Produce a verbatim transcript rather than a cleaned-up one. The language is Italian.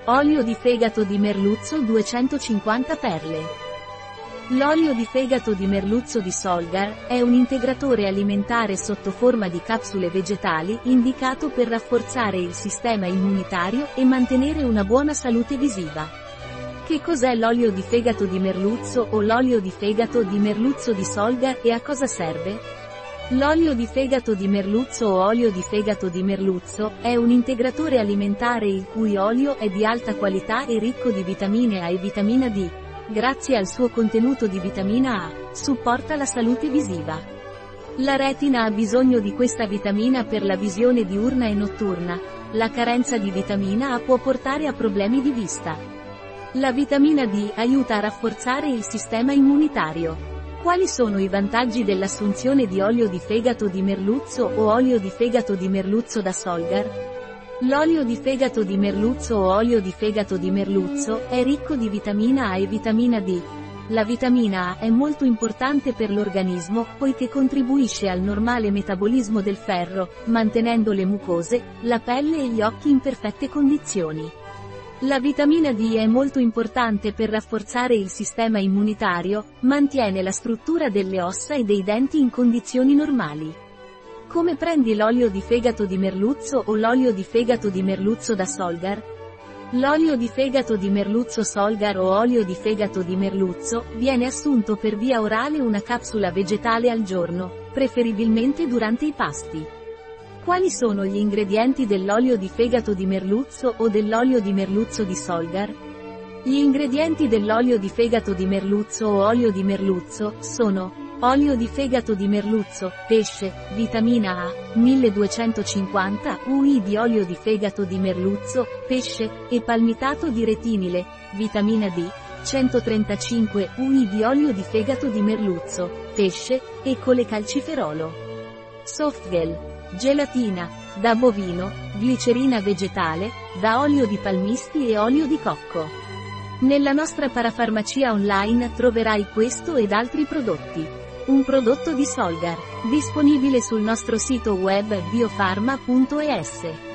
Olio di fegato di merluzzo duecentocinquanta perle. L'olio di fegato di merluzzo di Solgar è un integratore alimentare sotto forma di capsule vegetali indicato per rafforzare il sistema immunitario e mantenere una buona salute visiva. Che cos'è l'olio di fegato di merluzzo o l'olio di fegato di merluzzo di Solgar e a cosa serve? L'olio di fegato di merluzzo o olio di fegato di merluzzo è un integratore alimentare il cui olio è di alta qualità e ricco di vitamine A e vitamina D. Grazie al suo contenuto di vitamina A, supporta la salute visiva. La retina ha bisogno di questa vitamina per la visione diurna e notturna. La carenza di vitamina A può portare a problemi di vista. La vitamina D aiuta a rafforzare il sistema immunitario. Quali sono i vantaggi dell'assunzione di olio di fegato di merluzzo o olio di fegato di merluzzo da Solgar? L'olio di fegato di merluzzo o olio di fegato di merluzzo è ricco di vitamina A e vitamina D. La vitamina A è molto importante per l'organismo poiché contribuisce al normale metabolismo del ferro, mantenendo le mucose, la pelle e gli occhi in perfette condizioni. La vitamina D è molto importante per rafforzare il sistema immunitario, mantiene la struttura delle ossa e dei denti in condizioni normali. Come prendi l'olio di fegato di merluzzo o l'olio di fegato di merluzzo da Solgar? L'olio di fegato di merluzzo Solgar o olio di fegato di merluzzo viene assunto per via orale una capsula vegetale al giorno, preferibilmente durante i pasti. Quali sono gli ingredienti dell'olio di fegato di merluzzo o dell'olio di merluzzo di Solgar? Gli ingredienti dell'olio di fegato di merluzzo o olio di merluzzo sono olio di fegato di merluzzo, pesce, vitamina A, milleduecentocinquanta millilitri di olio di fegato di merluzzo, pesce, e palmitato di retinile, vitamina D, centotrentacinque millilitri di olio di fegato di merluzzo, pesce, e colecalciferolo. Softgel. Gelatina, da bovino, glicerina vegetale, da olio di palmisti e olio di cocco. Nella nostra parafarmacia online troverai questo ed altri prodotti. Un prodotto di Solgar, disponibile sul nostro sito web biofarma punto es.